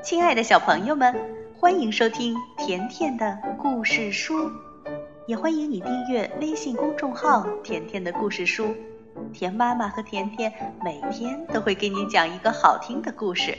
亲爱的小朋友们，欢迎收听甜甜的故事书，也欢迎你订阅微信公众号甜甜的故事书。甜妈妈和甜甜每天都会给你讲一个好听的故事。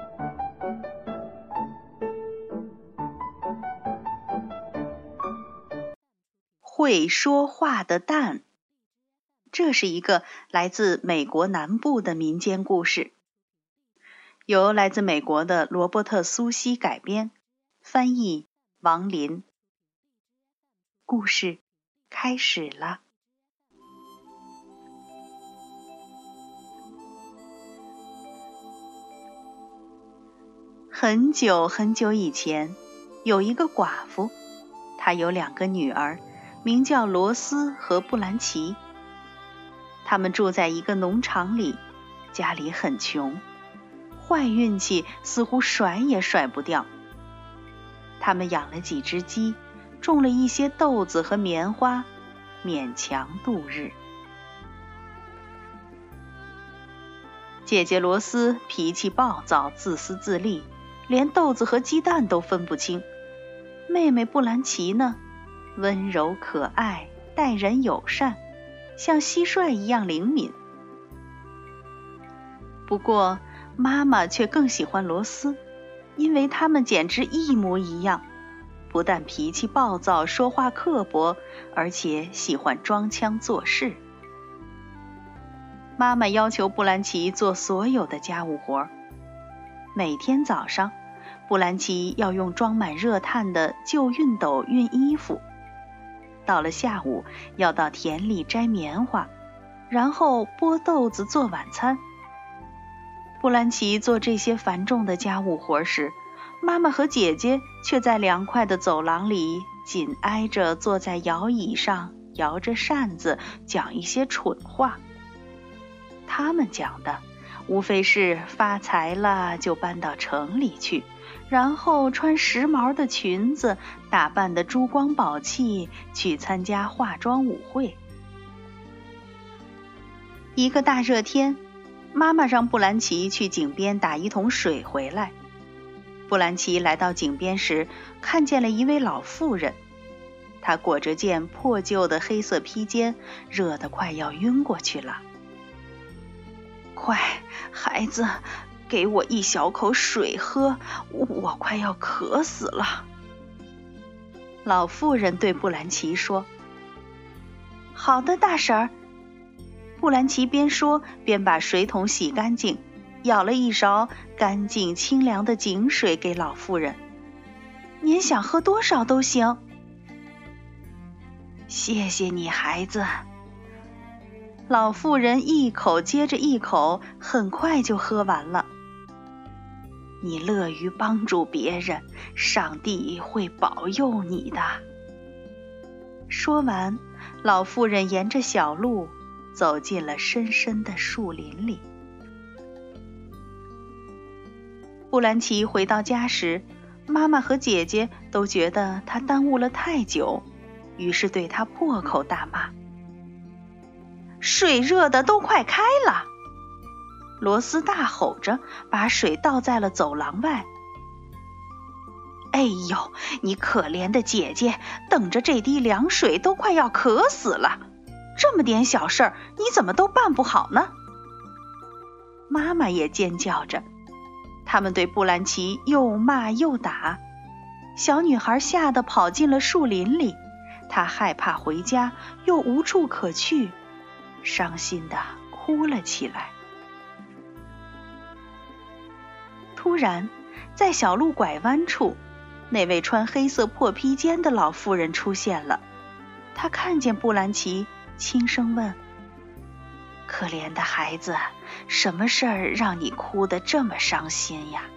会说话的蛋，这是一个来自美国南部的民间故事，由来自美国的罗伯特·苏西改编，翻译王林。故事开始了。很久很久以前，有一个寡妇，她有2个女儿，名叫罗斯和布兰奇。他们住在一个农场里，家里很穷，坏运气似乎甩也甩不掉。他们养了几只鸡，种了一些豆子和棉花，勉强度日。姐姐罗斯脾气暴躁，自私自利，连豆子和鸡蛋都分不清。妹妹布兰奇呢，温柔可爱，待人友善，像蟋蟀一样灵敏。不过妈妈却更喜欢罗斯，因为他们简直一模一样，不但脾气暴躁，说话刻薄，而且喜欢装腔作势。妈妈要求布兰奇做所有的家务活。每天早上，布兰奇要用装满热炭的旧熨斗熨衣服，到了下午要到田里摘棉花，然后剥豆子做晚餐。布兰奇做这些繁重的家务活时，妈妈和姐姐却在凉快的走廊里紧挨着坐在摇椅上，摇着扇子讲一些蠢话。他们讲的无非是发财了就搬到城里去，然后穿时髦的裙子，打扮得珠光宝气，去参加化妆舞会。一个大热天，妈妈让布兰奇去井边打一桶水回来。布兰奇来到井边时，看见了一位老妇人，她裹着件破旧的黑色披肩，热得快要晕过去了。快，孩子，给我一小口水喝，我快要渴死了。老妇人对布兰奇说。好的，大婶儿。布兰奇边说边把水桶洗干净，舀了一勺干净清凉的井水给老妇人。您想喝多少都行。谢谢你，孩子。老妇人一口接着一口，很快就喝完了。你乐于帮助别人，上帝会保佑你的。说完，老妇人沿着小路走进了深深的树林里。布兰奇回到家时，妈妈和姐姐都觉得他耽误了太久，于是对他破口大骂。水热的都快开了！罗斯大吼着，把水倒在了走廊外。哎呦，你可怜的姐姐，等着这滴凉水都快要渴死了，这么点小事儿，你怎么都办不好呢？妈妈也尖叫着，他们对布兰奇又骂又打。小女孩吓得跑进了树林里，她害怕回家，又无处可去，伤心地哭了起来。突然，在小路拐弯处，那位穿黑色破披肩的老妇人出现了。她看见布兰奇，轻声问：可怜的孩子，什么事儿让你哭得这么伤心呀？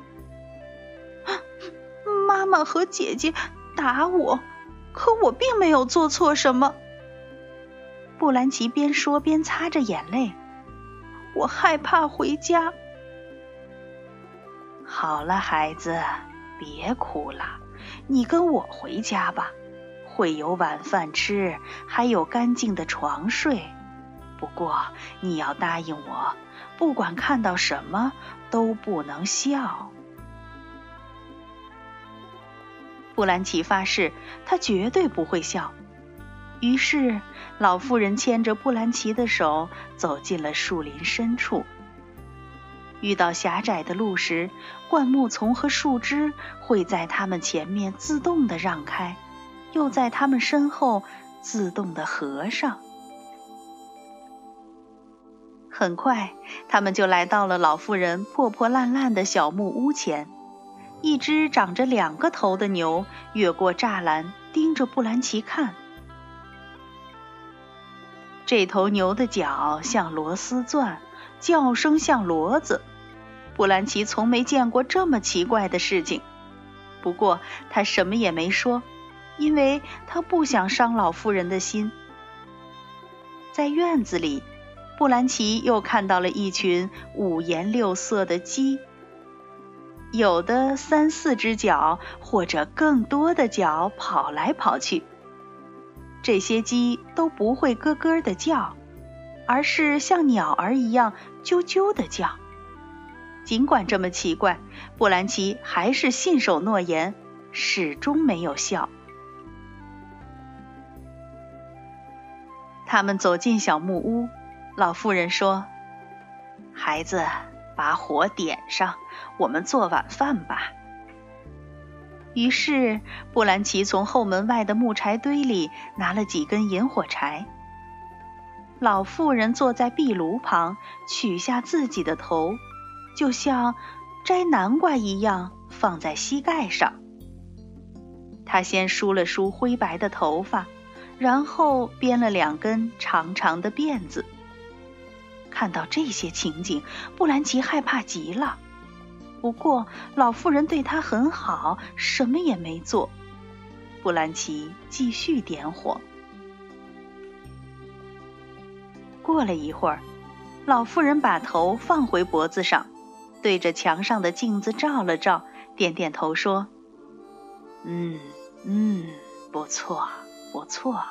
妈妈和姐姐打我，可我并没有做错什么。布兰奇边说边擦着眼泪，我害怕回家。好了，孩子，别哭了，你跟我回家吧，会有晚饭吃，还有干净的床睡。不过你要答应我，不管看到什么都不能笑。 布兰奇发誓，他绝对不会笑。于是，老妇人牵着布兰奇的手走进了树林深处。遇到狭窄的路时，灌木丛和树枝会在他们前面自动地让开，又在他们身后自动地合上。很快，他们就来到了老妇人破破烂烂的小木屋前。一只长着2个头的牛越过栅栏，盯着布兰奇看。这头牛的脚像螺丝钻，叫声像骡子。布兰奇从没见过这么奇怪的事情，不过他什么也没说，因为他不想伤老妇人的心。在院子里，布兰奇又看到了一群5颜6色的鸡，有的3、4只脚或者更多的脚跑来跑去。这些鸡都不会咯咯地叫，而是像鸟儿一样啾啾地叫。尽管这么奇怪，布兰奇还是信守诺言，始终没有笑。他们走进小木屋，老妇人说：“孩子，把火点上，我们做晚饭吧。”于是，布兰奇从后门外的木柴堆里拿了几根引火柴。老妇人坐在壁炉旁，取下自己的头，就像摘南瓜一样放在膝盖上。她先梳了梳灰白的头发，然后编了2根长长的辫子。看到这些情景，布兰奇害怕极了。不过老妇人对他很好，什么也没做。布兰奇继续点火。过了一会儿，老妇人把头放回脖子上，对着墙上的镜子照了照，点点头说：“不错，不错。”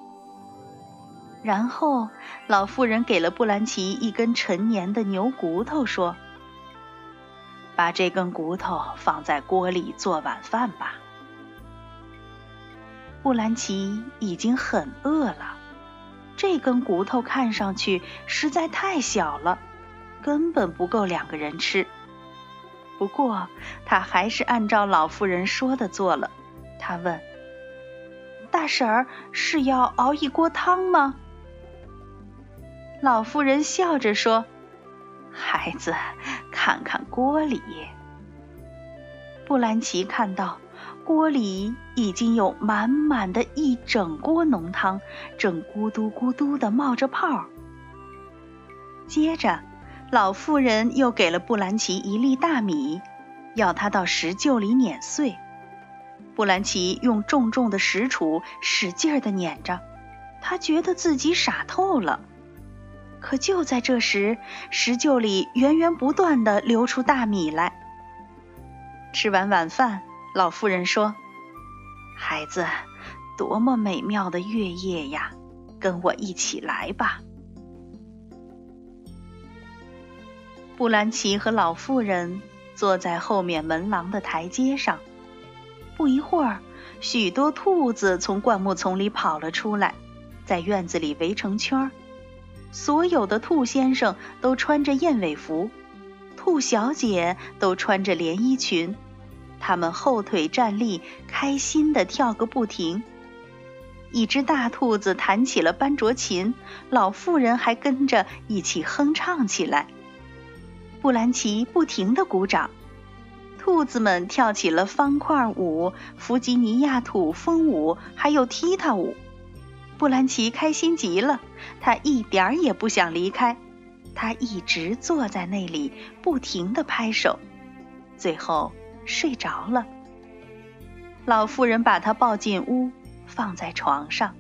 然后老妇人给了布兰奇一根陈年的牛骨头，说：“把这根骨头放在锅里做晚饭吧。”布兰奇已经很饿了，这根骨头看上去实在太小了，根本不够2个人吃。不过他还是按照老妇人说的做了。他问：“大婶儿，是要熬一锅汤吗？”老妇人笑着说：“孩子，看看锅里。”布兰奇看到锅里已经有满满的一整锅浓汤，正咕嘟咕嘟地冒着泡。接着，老妇人又给了布兰奇1粒大米，要他到石臼里碾碎。布兰奇用重重的石杵使劲地碾着，他觉得自己傻透了。可就在这时，石臼里源源不断地流出大米来。吃完晚饭，老妇人说：“孩子，多么美妙的月夜呀，跟我一起来吧。”布兰奇和老妇人坐在后面门廊的台阶上。不一会儿，许多兔子从灌木丛里跑了出来，在院子里围成圈儿。所有的兔先生都穿着燕尾服，兔小姐都穿着连衣裙，他们后腿站立，开心地跳个不停。一只大兔子弹起了班卓琴，老妇人还跟着一起哼唱起来。布兰奇不停地鼓掌，兔子们跳起了方块舞、弗吉尼亚土风舞，还有踢踏舞。布兰奇开心极了，他一点儿也不想离开，他一直坐在那里，不停地拍手，最后睡着了。老妇人把他抱进屋，放在床上。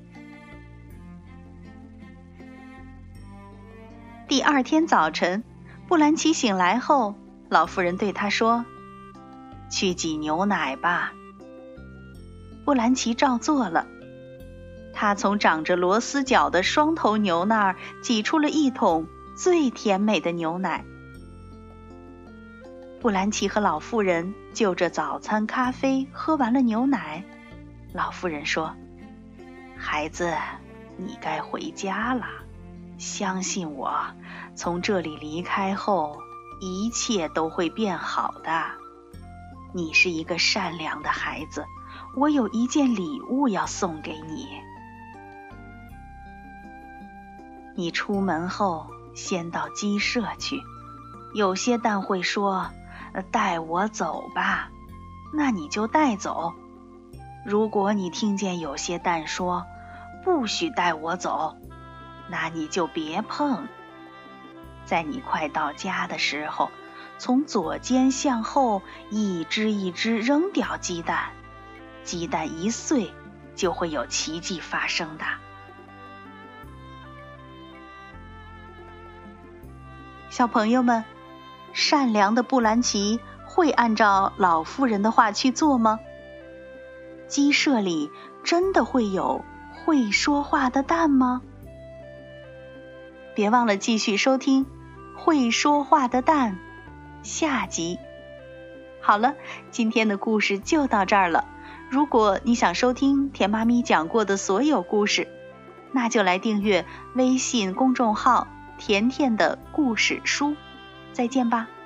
第2天早晨，布兰奇醒来后，老妇人对他说：“去挤牛奶吧。”布兰奇照做了。他从长着螺丝脚的双头牛那儿挤出了一桶最甜美的牛奶。 布兰奇和老妇人就着早餐咖啡喝完了牛奶。老妇人说：孩子，你该回家了。相信我，从这里离开后，一切都会变好的。你是一个善良的孩子，我有一件礼物要送给你。你出门后，先到鸡舍去。有些蛋会说：带我走吧，那你就带走。如果你听见有些蛋说：不许带我走，那你就别碰。在你快到家的时候，从左肩向后一只一只扔掉鸡蛋，鸡蛋一碎，就会有奇迹发生的。小朋友们，善良的布兰奇会按照老妇人的话去做吗？鸡舍里真的会有会说话的蛋吗？别忘了继续收听《会说话的蛋》下集。好了，今天的故事就到这儿了。如果你想收听甜妈咪讲过的所有故事，那就来订阅微信公众号甜甜的故事书。再见吧。